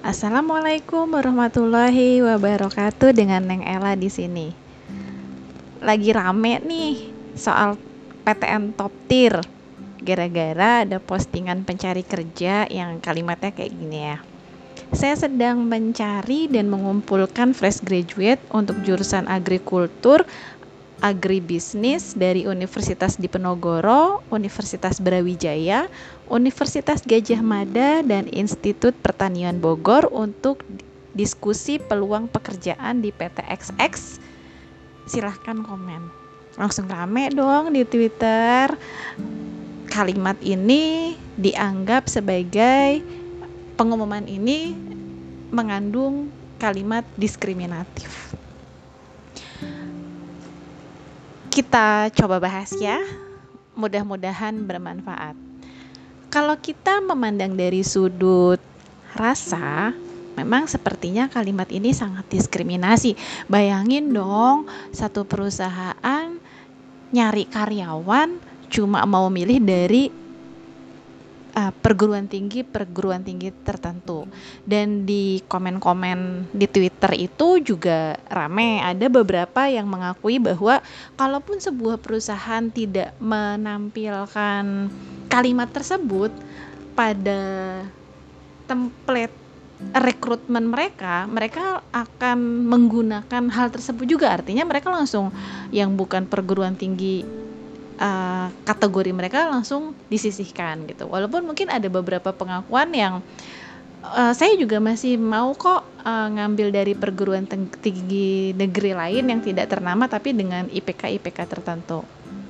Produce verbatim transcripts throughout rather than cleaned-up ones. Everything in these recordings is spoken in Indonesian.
Assalamualaikum warahmatullahi wabarakatuh. Dengan Neng Ella di sini. Lagi rame nih soal P T N Top Tier. Gara-gara ada postingan pencari kerja yang kalimatnya kayak gini ya. Saya sedang mencari dan mengumpulkan fresh graduate untuk jurusan agrikultur, agribisnis dari Universitas Diponegoro, Universitas Brawijaya, Universitas Gadjah Mada, dan Institut Pertanian Bogor untuk diskusi peluang pekerjaan di P T X X. Silahkan komen. Langsung rame dong di Twitter. Kalimat ini dianggap sebagai pengumuman ini mengandung kalimat diskriminatif. Kita coba bahas ya, mudah-mudahan bermanfaat. Kalau kita memandang dari sudut rasa, memang sepertinya kalimat ini sangat diskriminasi. Bayangin dong, satu perusahaan nyari karyawan cuma mau milih dari uh, perguruan tinggi perguruan tinggi tertentu. Dan di komen-komen di Twitter itu juga rame, ada beberapa yang mengakui bahwa kalaupun sebuah perusahaan tidak menampilkan kalimat tersebut pada template rekrutmen mereka, mereka akan menggunakan hal tersebut juga. Artinya mereka langsung yang bukan perguruan tinggi Uh, kategori mereka langsung disisihkan gitu. Walaupun mungkin ada beberapa pengakuan yang uh, saya juga masih mau kok uh, ngambil dari perguruan tinggi negeri lain yang tidak ternama tapi dengan I P K I P K tertentu.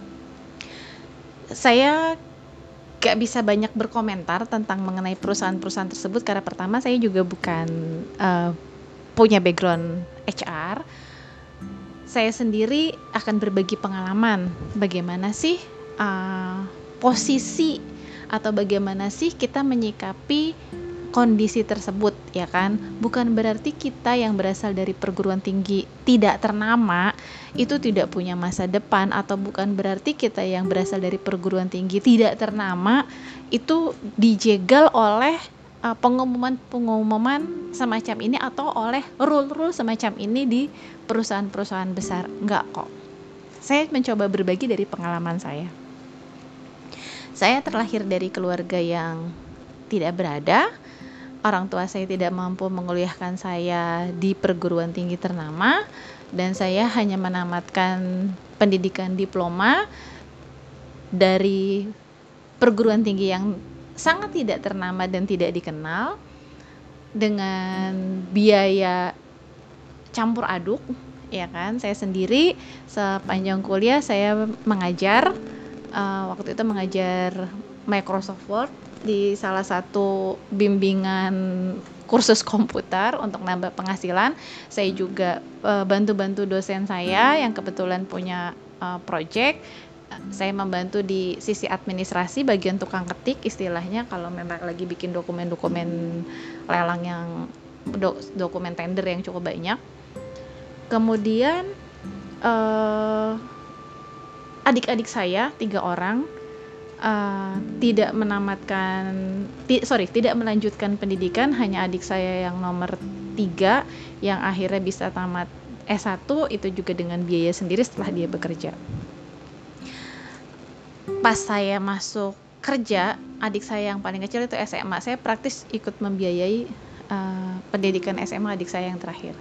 Saya gak bisa banyak berkomentar tentang mengenai perusahaan-perusahaan tersebut karena pertama saya juga bukan uh, punya background H R. Saya sendiri akan berbagi pengalaman bagaimana sih uh, posisi atau bagaimana sih kita menyikapi kondisi tersebut, ya kan? Bukan berarti kita yang berasal dari perguruan tinggi tidak ternama itu tidak punya masa depan, atau bukan berarti kita yang berasal dari perguruan tinggi tidak ternama itu dijegal oleh Uh, pengumuman-pengumuman semacam ini atau oleh rule-rule semacam ini di perusahaan-perusahaan besar. Enggak kok. Saya mencoba berbagi dari pengalaman saya. Saya terlahir dari keluarga yang tidak berada. Orang tua saya tidak mampu menguliahkan saya di perguruan tinggi ternama, dan saya hanya menamatkan pendidikan diploma dari perguruan tinggi yang sangat tidak ternama dan tidak dikenal dengan biaya campur aduk, ya kan? Saya sendiri sepanjang kuliah saya mengajar uh, waktu itu mengajar Microsoft Word di salah satu bimbingan kursus komputer untuk nambah penghasilan. Saya juga uh, bantu-bantu dosen saya yang kebetulan punya uh, project. Saya membantu di sisi administrasi, bagian tukang ketik istilahnya kalau memang lagi bikin dokumen-dokumen lelang yang do, dokumen tender yang cukup banyak. Kemudian eh, adik-adik saya tiga orang eh, tidak menamatkan, ti, sorry tidak melanjutkan pendidikan. Hanya adik saya yang nomor tiga yang akhirnya bisa tamat S satu, itu juga dengan biaya sendiri setelah dia bekerja. Pas saya masuk kerja, adik saya yang paling kecil itu S M A, saya praktis ikut membiayai uh, pendidikan S M A adik saya yang terakhir.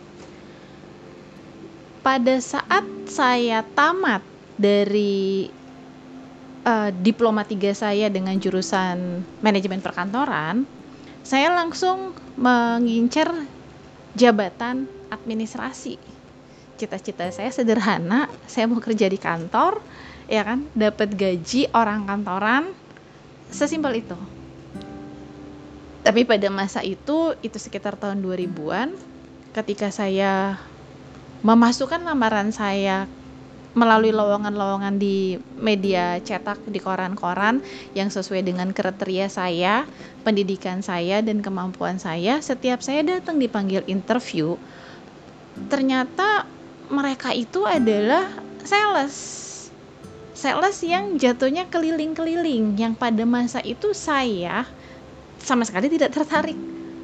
Pada saat saya tamat dari uh, diploma tiga saya dengan jurusan manajemen perkantoran, saya langsung mengincar jabatan administrasi. Cita-cita saya sederhana, saya mau kerja di kantor, ya kan, dapat gaji orang kantoran, sesimpel itu. Tapi pada masa itu, itu sekitar tahun dua ribuan, ketika saya memasukkan lamaran saya melalui lowongan-lowongan di media cetak, di koran-koran yang sesuai dengan kriteria saya, pendidikan saya, dan kemampuan saya, setiap saya datang dipanggil interview, ternyata mereka itu adalah sales. Sales yang jatuhnya keliling-keliling, yang pada masa itu saya sama sekali tidak tertarik.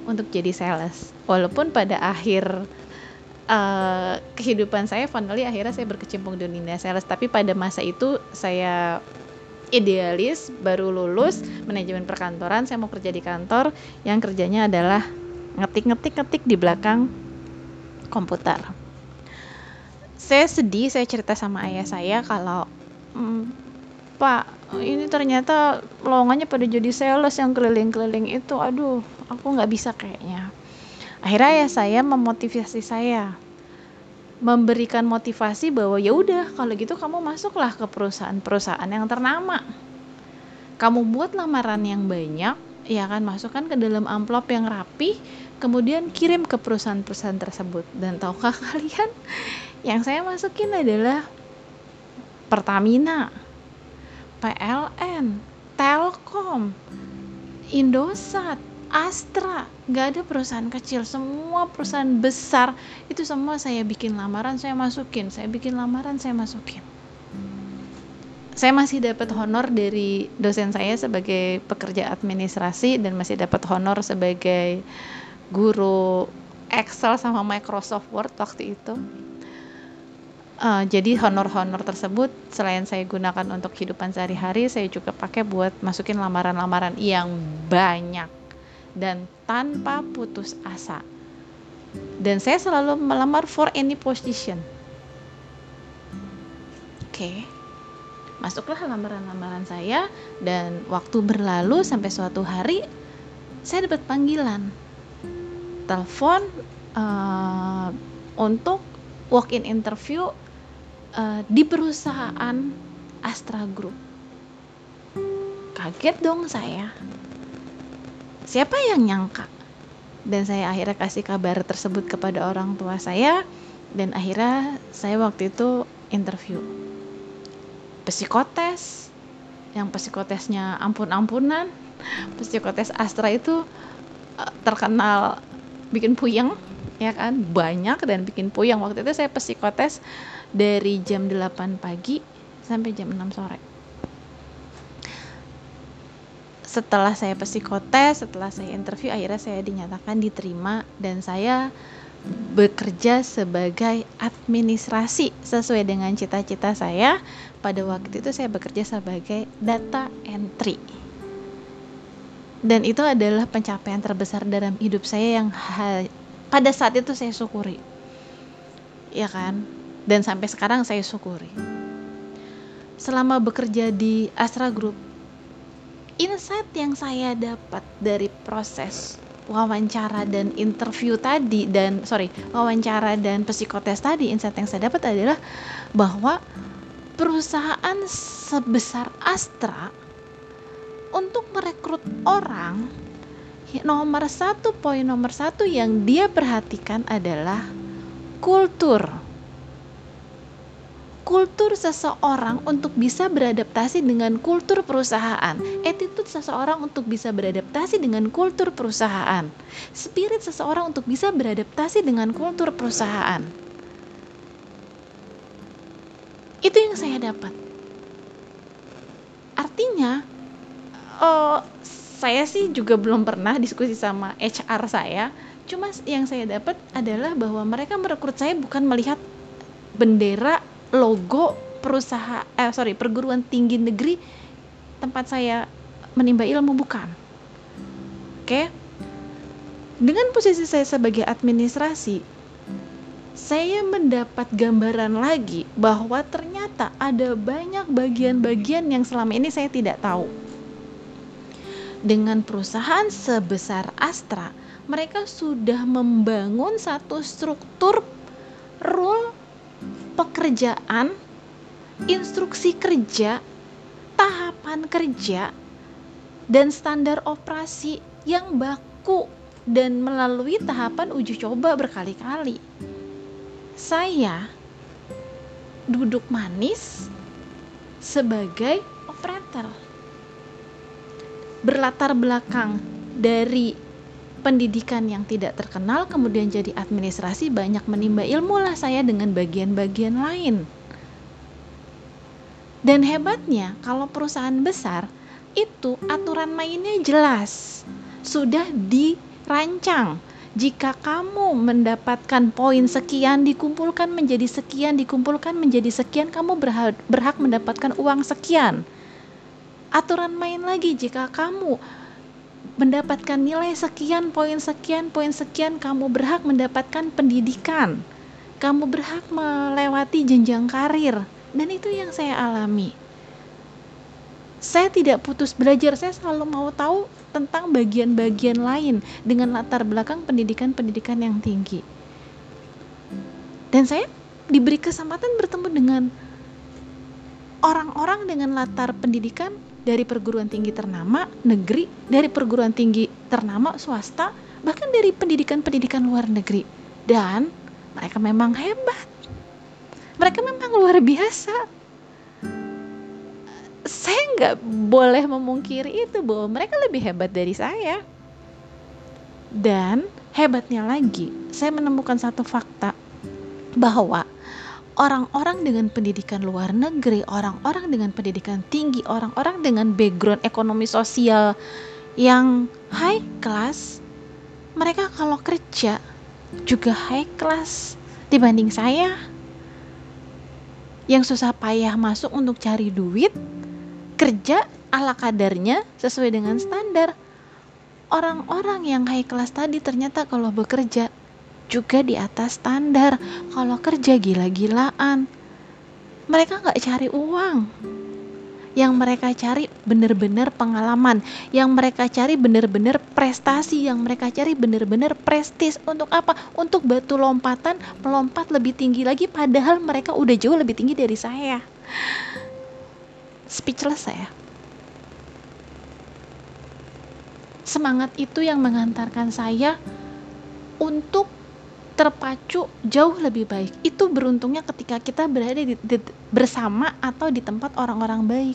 untuk jadi sales. Walaupun pada akhir uh, kehidupan saya, finally akhirnya saya berkecimpung di dunia sales. Tapi pada masa itu saya idealis, baru lulus manajemen perkantoran, saya mau kerja di kantor yang kerjanya adalah ngetik-ngetik-ngetik di belakang komputer. Saya sedih, saya cerita sama ayah saya kalau, "Hmm, Pak, ini ternyata lowongannya pada jadi sales yang keliling-keliling itu, aduh, aku nggak bisa kayaknya." Akhirnya ayah saya memotivasi saya, memberikan motivasi bahwa ya udah kalau gitu kamu masuklah ke perusahaan-perusahaan yang ternama. Kamu buat lamaran yang banyak, ya kan, masukkan ke dalam amplop yang rapi, kemudian kirim ke perusahaan-perusahaan tersebut. Dan tahukah kalian, yang saya masukin adalah Pertamina, P L N, Telkom, Indosat, Astra. Gak ada perusahaan kecil, semua perusahaan besar. Itu semua saya bikin lamaran, saya masukin, saya bikin lamaran, saya masukin. Saya masih dapat honor dari dosen saya sebagai pekerja administrasi, dan masih dapat honor sebagai guru Excel sama Microsoft Word waktu itu. Uh, jadi honor-honor tersebut selain saya gunakan untuk kehidupan sehari-hari, saya juga pakai buat masukin lamaran-lamaran yang banyak dan tanpa putus asa. Dan saya selalu melamar for any position. Oke, okay. Masuklah lamaran-lamaran saya, dan waktu berlalu sampai suatu hari saya dapat panggilan telepon uh, untuk walk-in interview Uh, di perusahaan Astra Group. Kaget dong saya. Siapa yang nyangka? Dan saya akhirnya kasih kabar tersebut kepada orang tua saya, dan akhirnya saya waktu itu interview. Psikotes, yang psikotesnya ampun-ampunan. Psikotes Astra itu uh, terkenal bikin puyeng, ya kan, banyak dan bikin puyeng. Waktu itu saya psikotes dari jam delapan pagi sampai jam enam sore. Setelah saya psikotes, setelah saya interview, akhirnya saya dinyatakan diterima, dan saya bekerja sebagai administrasi sesuai dengan cita-cita saya. Pada waktu itu saya bekerja sebagai data entry. Dan itu adalah pencapaian terbesar dalam hidup saya yang ha- pada saat itu saya syukuri. Ya kan? Dan sampai sekarang saya syukuri. Selama bekerja di Astra Group, insight yang saya dapat dari proses wawancara dan interview tadi, dan sorry wawancara dan psikotes tadi, insight yang saya dapat adalah bahwa perusahaan sebesar Astra untuk merekrut orang, nomor satu poin nomor satu yang dia perhatikan adalah kultur. Kultur seseorang untuk bisa beradaptasi dengan kultur perusahaan, attitude seseorang untuk bisa beradaptasi dengan kultur perusahaan, spirit seseorang untuk bisa beradaptasi dengan kultur perusahaan. Itu yang saya dapat. Artinya, oh, saya sih juga belum pernah diskusi sama H R saya, cuma yang saya dapat adalah bahwa mereka merekrut saya bukan melihat bendera, logo perusahaan, eh sorry perguruan tinggi negeri tempat saya menimba ilmu, bukan. Oke, dengan posisi saya sebagai administrasi, saya mendapat gambaran lagi bahwa ternyata ada banyak bagian-bagian yang selama ini saya tidak tahu. Dengan perusahaan sebesar Astra, mereka sudah membangun satu struktur rule pekerjaan, instruksi kerja, tahapan kerja, dan standar operasi yang baku dan melalui tahapan uji coba berkali-kali. Saya duduk manis sebagai operator, berlatar belakang dari pendidikan yang tidak terkenal, kemudian jadi administrasi, banyak menimba ilmu lah saya dengan bagian-bagian lain. Dan hebatnya, kalau perusahaan besar, itu aturan mainnya jelas. Sudah di rancang. Jika kamu mendapatkan poin sekian, dikumpulkan menjadi sekian, dikumpulkan menjadi sekian, kamu berhak, berhak mendapatkan uang sekian. Aturan main lagi, jika kamu mendapatkan nilai sekian, poin sekian, poin sekian, kamu berhak mendapatkan pendidikan. Kamu berhak melewati jenjang karir. Dan itu yang saya alami. Saya tidak putus belajar, saya selalu mau tahu tentang bagian-bagian lain dengan latar belakang pendidikan-pendidikan yang tinggi. Dan saya diberi kesempatan bertemu dengan orang-orang dengan latar pendidikan dari perguruan tinggi ternama negeri, dari perguruan tinggi ternama swasta, bahkan dari pendidikan-pendidikan luar negeri. Dan mereka memang hebat. Mereka memang luar biasa. Saya nggak boleh memungkiri itu, bahwa mereka lebih hebat dari saya. Dan hebatnya lagi, saya menemukan satu fakta, bahwa orang-orang dengan pendidikan luar negeri, orang-orang dengan pendidikan tinggi, orang-orang dengan background ekonomi sosial yang high class, mereka kalau kerja juga high class dibanding saya yang susah payah masuk untuk cari duit, kerja ala kadarnya sesuai dengan standar. Orang-orang yang high class tadi ternyata kalau bekerja juga di atas standar. Kalau kerja gila-gilaan. Mereka gak cari uang. Yang mereka cari benar-benar pengalaman. Yang mereka cari benar-benar prestasi. Yang mereka cari benar-benar prestis. Untuk apa? Untuk batu lompatan, melompat lebih tinggi lagi, padahal mereka udah jauh lebih tinggi dari saya. Speechless saya. Semangat itu yang mengantarkan saya untuk terpacu jauh lebih baik. Itu beruntungnya ketika kita berada di, di, bersama atau di tempat orang-orang baik.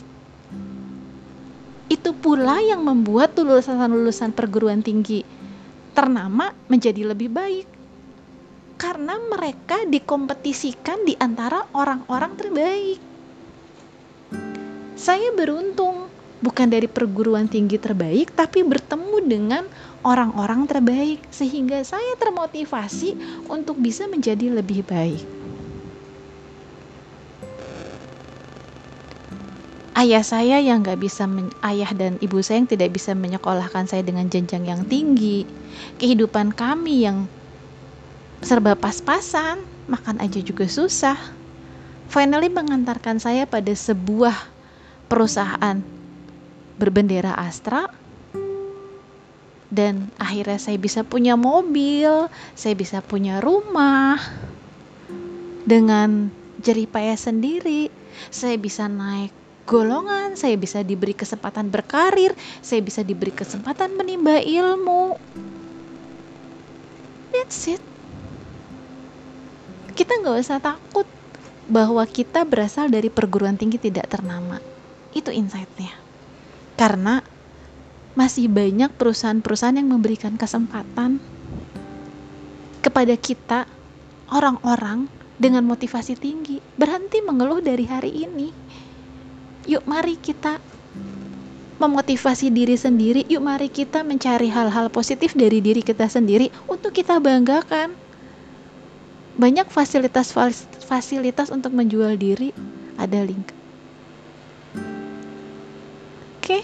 Itu pula yang membuat lulusan-lulusan perguruan tinggi ternama menjadi lebih baik. Karena mereka dikompetisikan di antara orang-orang terbaik. Saya beruntung, bukan dari perguruan tinggi terbaik, tapi bertemu dengan orang-orang terbaik, sehingga saya termotivasi untuk bisa menjadi lebih baik. Ayah saya yang gak bisa, men- ayah dan ibu saya yang tidak bisa menyekolahkan saya dengan jenjang yang tinggi, kehidupan kami yang serba pas-pasan, makan aja juga susah, finally mengantarkan saya pada sebuah perusahaan berbendera Astra, dan akhirnya saya bisa punya mobil, saya bisa punya rumah dengan jerih payah sendiri, saya bisa naik golongan, saya bisa diberi kesempatan berkarir, saya bisa diberi kesempatan menimba ilmu. That's it. Kita gak usah takut bahwa kita berasal dari perguruan tinggi tidak ternama. Itu insight-nya. Karena masih banyak perusahaan-perusahaan yang memberikan kesempatan kepada kita, orang-orang dengan motivasi tinggi. Berhenti mengeluh dari hari ini. Yuk mari kita memotivasi diri sendiri. Yuk mari kita mencari hal-hal positif dari diri kita sendiri untuk kita banggakan. Banyak fasilitas-fasilitas untuk menjual diri. Ada link. Oke,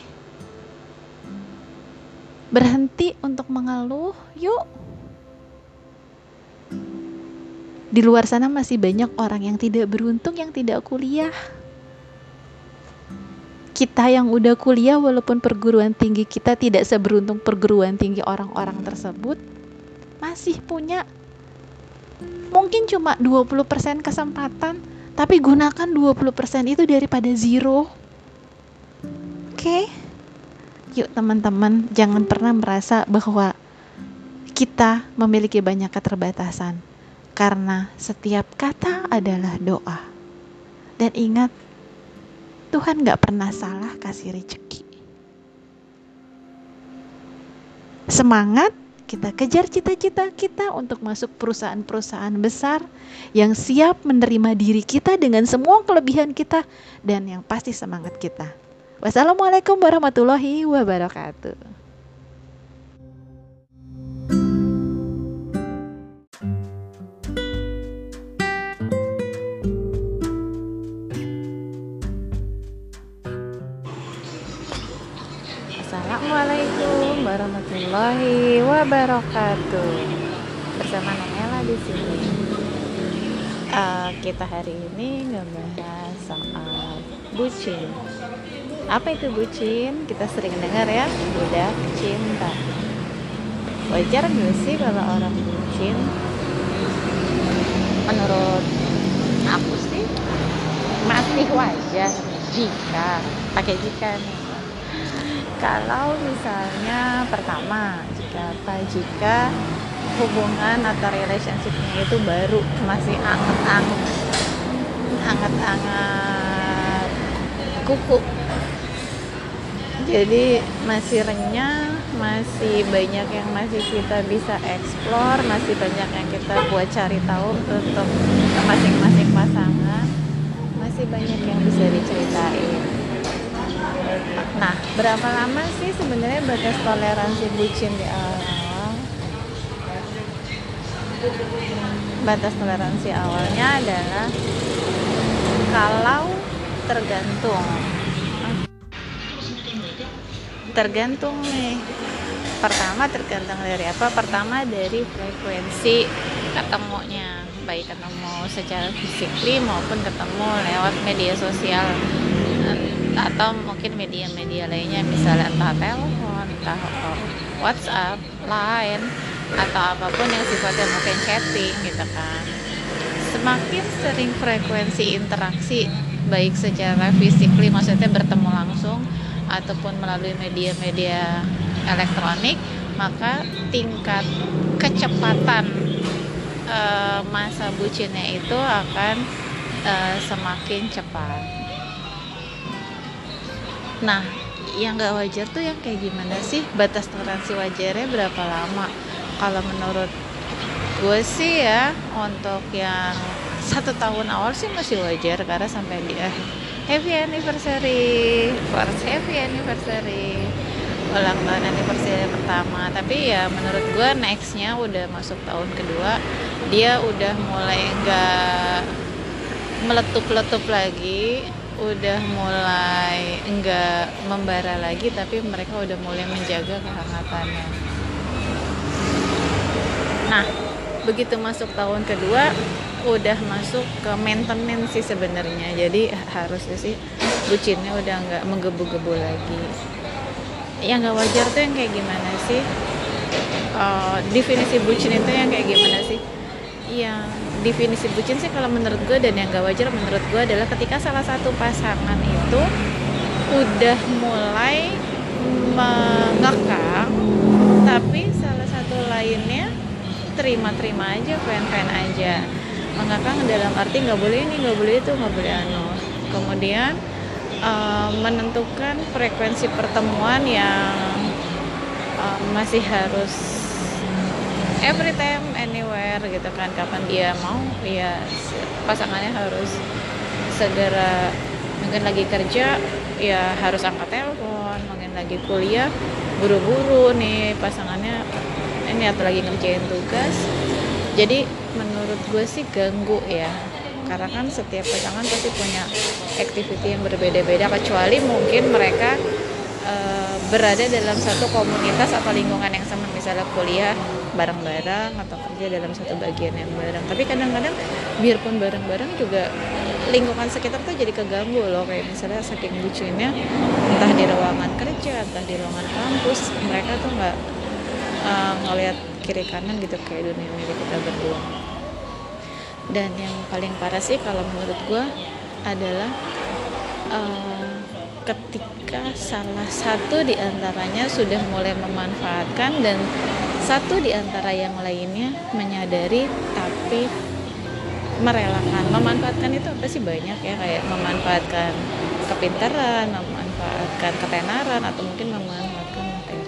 berhenti untuk mengeluh, yuk. Di luar sana masih banyak orang yang tidak beruntung, yang tidak kuliah. Kita yang udah kuliah, walaupun perguruan tinggi kita tidak seberuntung perguruan tinggi orang-orang tersebut, masih punya mungkin cuma dua puluh persen kesempatan, tapi gunakan dua puluh persen itu daripada zero. Oke, yuk teman-teman, jangan pernah merasa bahwa kita memiliki banyak keterbatasan, karena setiap kata adalah doa. Dan ingat, Tuhan gak pernah salah kasih rezeki. Semangat, kita kejar cita-cita kita untuk masuk perusahaan-perusahaan besar yang siap menerima diri kita dengan semua kelebihan kita, dan yang pasti semangat kita. Wassalamualaikum warahmatullahi wabarakatuh. Assalamualaikum warahmatullahi wabarakatuh. Bersama Nela di sini. Uh, kita hari ini ngebahas soal bucin. Apa itu bucin? Kita sering dengar ya, budak cinta. Wajar nggak sih kalau orang bucin? Menurut aku sih masih wajar jika pakai jika nih. Kalau misalnya pertama, jika apa? Jika hubungan atau relationship-nya itu baru, masih anget-anget, anget-anget kuku. Jadi masih renyah, masih banyak yang masih kita bisa explore, masih banyak yang kita buat cari tahu untuk masing-masing pasangan, masih banyak yang bisa diceritain. Nah, berapa lama sih sebenarnya batas toleransi bucin di awal? Batas toleransi awalnya adalah kalau tergantung tergantung nih. Pertama tergantung dari apa? Pertama dari frekuensi ketemunya, baik ketemu secara fisik maupun ketemu lewat media sosial atau mungkin media-media lainnya, misalnya entah telepon, entah WhatsApp, Line, atau apapun yang sifatnya mungkin chatting gitu kan. Semakin sering frekuensi interaksi baik secara fisik, maksudnya bertemu langsung ataupun melalui media-media elektronik, maka tingkat kecepatan e, masa bucinnya itu akan e, semakin cepat. Nah, yang gak wajar tuh yang kayak gimana sih? Batas toleransi wajarnya berapa lama? Kalau menurut gue sih ya, untuk yang satu tahun awal sih masih wajar, karena sampai dia happy anniversary, first happy anniversary, ulang tahun anniversary pertama. Tapi ya menurut gue nextnya udah masuk tahun kedua, dia udah mulai gak meletup-letup lagi, udah mulai enggak membara lagi, tapi mereka udah mulai menjaga kehangatannya. Nah, begitu masuk tahun kedua udah masuk ke maintenance sih sebenarnya. Jadi harusnya sih bucinnya udah enggak menggebu-gebu lagi. Yang enggak wajar tuh yang kayak gimana sih? Uh, definisi bucin itu yang kayak gimana sih? Yang definisi bucin sih kalau menurut gue, dan yang gak wajar menurut gue adalah ketika salah satu pasangan itu udah mulai mengekang, tapi salah satu lainnya terima-terima aja, fan-fan aja. Mengekang dalam arti gak boleh ini, gak boleh itu, gak boleh anu. Kemudian uh, menentukan frekuensi pertemuan yang uh, masih harus every time, anywhere gitu kan. Kapan dia mau, ya pasangannya harus segera, mungkin lagi kerja ya harus angkat telepon, mungkin lagi kuliah buru-buru nih pasangannya ini, atau lagi ngerjain tugas. Jadi menurut gue sih ganggu ya, karena kan setiap pasangan pasti punya activity yang berbeda-beda, kecuali mungkin mereka uh, berada dalam satu komunitas atau lingkungan yang sama, misalnya kuliah bareng-bareng atau kerja dalam satu bagian yang bareng. Tapi kadang-kadang biarpun bareng-bareng juga lingkungan sekitar tuh jadi keganggu loh, kayak misalnya saking bucinnya, entah di ruangan kerja, entah di ruangan kampus, mereka tuh nggak uh, ngelihat kiri kanan gitu kayak dunia milik kita berdua. Dan yang paling parah sih kalau menurut gue adalah uh, ketika salah satu di antaranya sudah mulai memanfaatkan dan satu di antara yang lainnya menyadari tapi merelakan. Memanfaatkan itu apa sih? Banyak ya, kayak memanfaatkan kepintaran, memanfaatkan ketenaran, atau mungkin memanfaatkan materi.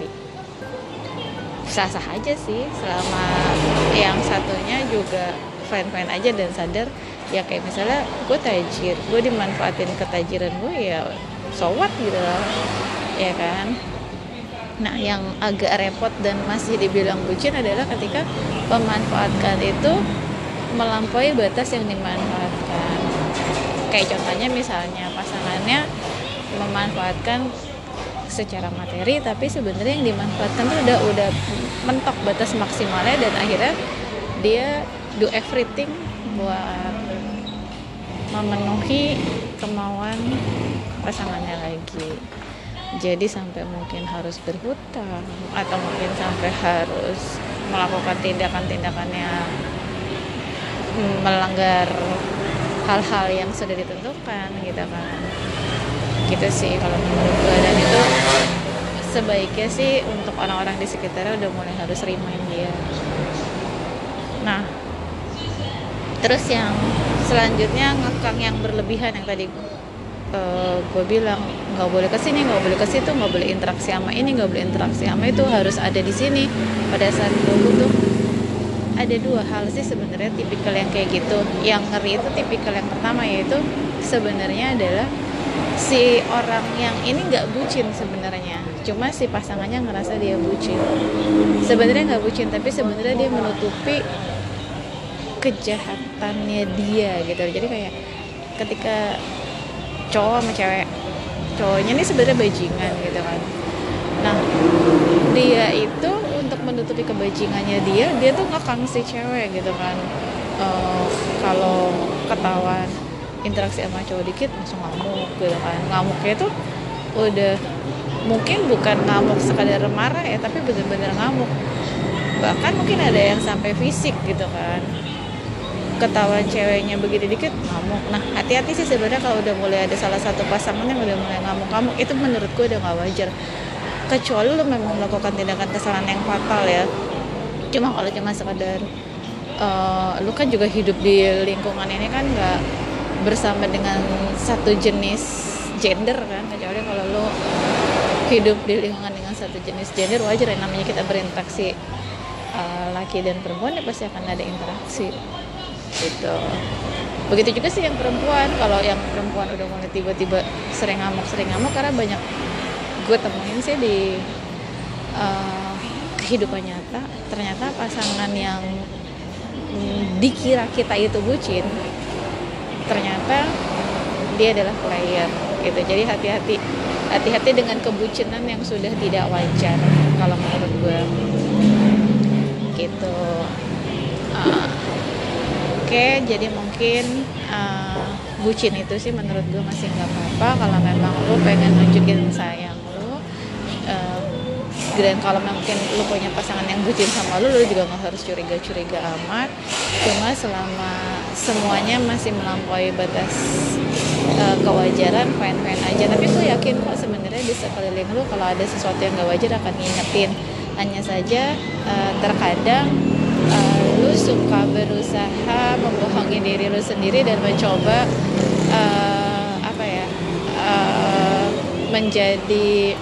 Sah-sah aja sih selama yang satunya juga fine-fine aja dan sadar ya, kayak misalnya gue tajir, gue dimanfaatin ketajiran gue, ya so what gitu loh, ya kan. Nah, yang agak repot dan masih dibilang bucin adalah ketika memanfaatkan itu melampaui batas yang dimanfaatkan. Kayak contohnya misalnya pasangannya memanfaatkan secara materi, tapi sebenarnya yang dimanfaatkan tuh udah udah mentok batas maksimalnya, dan akhirnya dia do everything buat memenuhi kemauan pasangannya lagi. Jadi sampai mungkin harus berhutang, atau mungkin sampai harus melakukan tindakan-tindakan yang melanggar hal-hal yang sudah ditentukan gitu kan. Gitu sih kalau menurut gue, dan itu sebaiknya sih untuk orang-orang di sekitarnya udah mulai harus remind dia. Nah, terus yang selanjutnya ngekang yang berlebihan yang tadi uh, gue bilang, nggak boleh kesini, nggak boleh ke situ, nggak boleh interaksi sama ini, nggak boleh interaksi sama itu, harus ada di sini pada saat gue butuh. Ada dua hal sih sebenarnya tipikal yang kayak gitu. Yang ngeri itu tipikal yang pertama, yaitu sebenarnya adalah si orang yang ini nggak bucin sebenarnya, cuma si pasangannya ngerasa dia bucin. Sebenarnya nggak bucin, tapi sebenarnya dia menutupi kejahatannya dia gitu. Jadi kayak ketika cowok sama cewek, cowoknya ini sebenarnya bajingan gitu kan. Nah, dia itu untuk menutupi kebajingannya dia, dia tuh ngekang si cewek gitu kan. Uh, kalau ketahuan interaksi sama cowok dikit langsung ngamuk gitu kan. Ngamuknya tuh udah mungkin bukan ngamuk sekadar marah ya, tapi bener-bener ngamuk. Bahkan mungkin ada yang sampai fisik gitu kan. Ketahuan ceweknya begitu dikit ngamuk. Nah, hati-hati sih sebenarnya kalau udah mulai ada salah satu pasangan yang udah mulai ngamuk-ngamuk, itu menurut gue udah gak wajar. Kecuali lu memang melakukan tindakan kesalahan yang fatal ya. Cuma kalau cuma sekadar uh, lu kan juga hidup di lingkungan ini kan gak bersama dengan satu jenis gender kan, kecuali kalau lu hidup di lingkungan dengan satu jenis gender, wajar ya, namanya kita berinteraksi uh, laki dan perempuan ya pasti akan ada interaksi gitu. Begitu juga sih yang perempuan. Kalau yang perempuan udah mulai tiba-tiba sering ngamuk sering ngamuk karena banyak gue temuin sih di uh, kehidupan nyata, ternyata pasangan yang mm, dikira kita itu bucin, ternyata dia adalah player gitu. Jadi hati-hati hati-hati dengan kebucinan yang sudah tidak wajar kalau menurut gue gitu. uh, oke okay, jadi mungkin uh, bucin itu sih menurut gue masih nggak apa-apa kalau memang lu pengen nunjukin sayang lu. uh, dan kalau mungkin lu punya pasangan yang bucin sama lu, lu juga nggak harus curiga-curiga amat. Cuma selama semuanya masih melampaui batas uh, kewajaran, fine-fine aja. Tapi gue yakin kok sebenarnya di sekeliling lu kalau ada sesuatu yang nggak wajar akan ngingetin. Hanya saja uh, terkadang uh, lu suka berusaha membohongi diri lu sendiri dan mencoba uh, apa ya uh, menjadi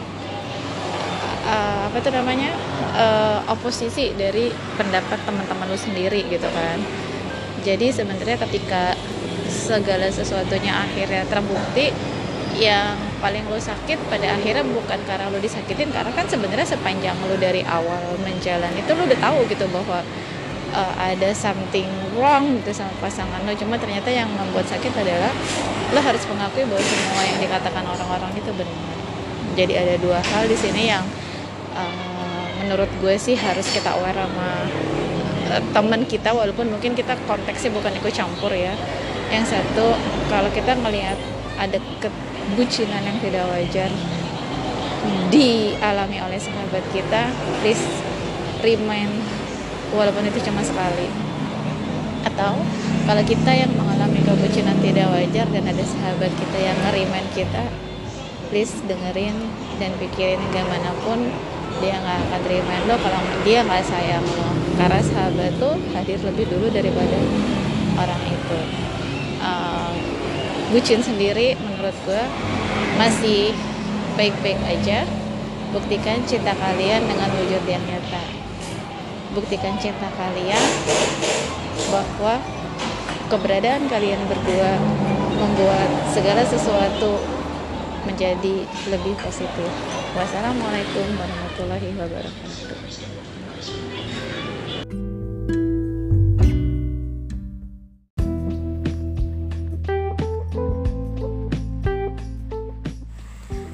Uh, apa itu namanya uh, oposisi dari pendapat teman-teman lu sendiri gitu kan. Jadi sebenarnya ketika segala sesuatunya akhirnya terbukti, yang paling lu sakit pada akhirnya bukan karena lu disakitin, karena kan sebenarnya sepanjang lu dari awal menjalani itu lu udah tahu gitu bahwa uh, ada something wrong gitu sama pasangan lu. Cuma ternyata yang membuat sakit adalah lu harus mengakui bahwa semua yang dikatakan orang-orang itu benar. Jadi ada dua hal di sini yang Uh, menurut gue sih harus kita aware sama uh, teman kita, walaupun mungkin kita konteksnya bukan ikut campur ya. Yang satu, kalau kita melihat ada kebucinan yang tidak wajar dialami oleh sahabat kita, please remind, walaupun itu cuma sekali. Atau kalau kita yang mengalami kebucinan tidak wajar dan ada sahabat kita yang nge-remind kita, please dengerin dan pikirin gimana pun dia nggak akan terima lo kalau dia nggak sayang lo, karena sahabat tuh hadir lebih dulu daripada orang itu. Uh, bucin sendiri menurut gue masih baik-baik aja. Buktikan cinta kalian dengan wujud yang nyata. Buktikan cinta kalian bahwa keberadaan kalian berdua membuat segala sesuatu menjadi lebih positif. Wassalamualaikum warahmatullahi wabarakatuh.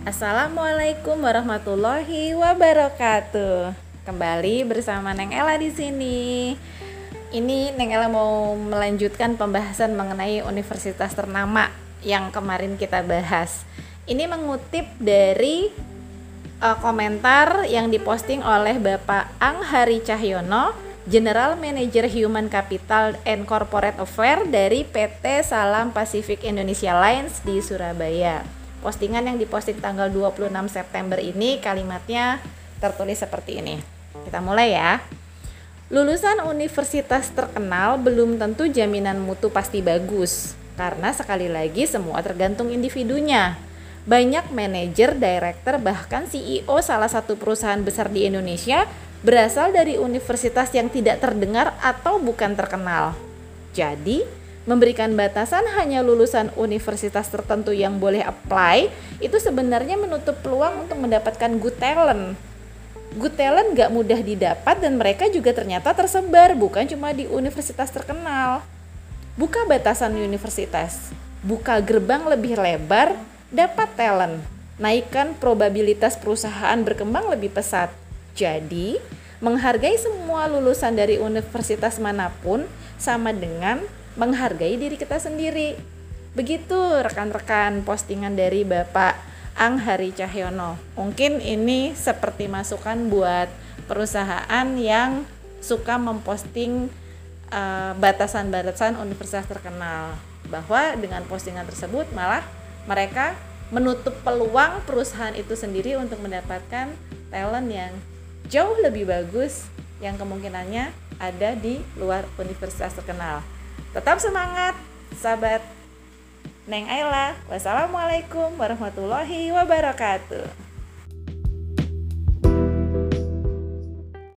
Assalamualaikum warahmatullahi wabarakatuh. Kembali bersama Neng Ella di sini. Ini Neng Ella mau melanjutkan pembahasan mengenai universitas ternama yang kemarin kita bahas. Ini mengutip dari uh, komentar yang diposting oleh Bapak Ang Hari Cahyono, General Manager Human Capital and Corporate Affairs dari P T Salam Pacific Indonesia Lines di Surabaya. Postingan yang diposting tanggal dua puluh enam September ini kalimatnya tertulis seperti ini. Kita mulai ya. Lulusan universitas terkenal belum tentu jaminan mutu pasti bagus, karena sekali lagi semua tergantung individunya. Banyak manajer, director, bahkan C E O salah satu perusahaan besar di Indonesia berasal dari universitas yang tidak terdengar atau bukan terkenal. Jadi, memberikan batasan hanya lulusan universitas tertentu yang boleh apply itu sebenarnya menutup peluang untuk mendapatkan good talent. Good talent gak mudah didapat dan mereka juga ternyata tersebar bukan cuma di universitas terkenal. Buka batasan universitas, buka gerbang lebih lebar, dapat talent, naikkan probabilitas perusahaan berkembang lebih pesat. Jadi, menghargai semua lulusan dari universitas manapun sama dengan menghargai diri kita sendiri. Begitu rekan-rekan postingan dari Bapak Ang Hari Cahyono. Mungkin ini seperti masukan buat perusahaan yang suka memposting uh, batasan-batasan universitas terkenal, bahwa dengan postingan tersebut malah mereka menutup peluang perusahaan itu sendiri untuk mendapatkan talent yang jauh lebih bagus yang kemungkinannya ada di luar universitas terkenal. Tetap semangat, sahabat Neng Ella. Wassalamualaikum warahmatullahi wabarakatuh.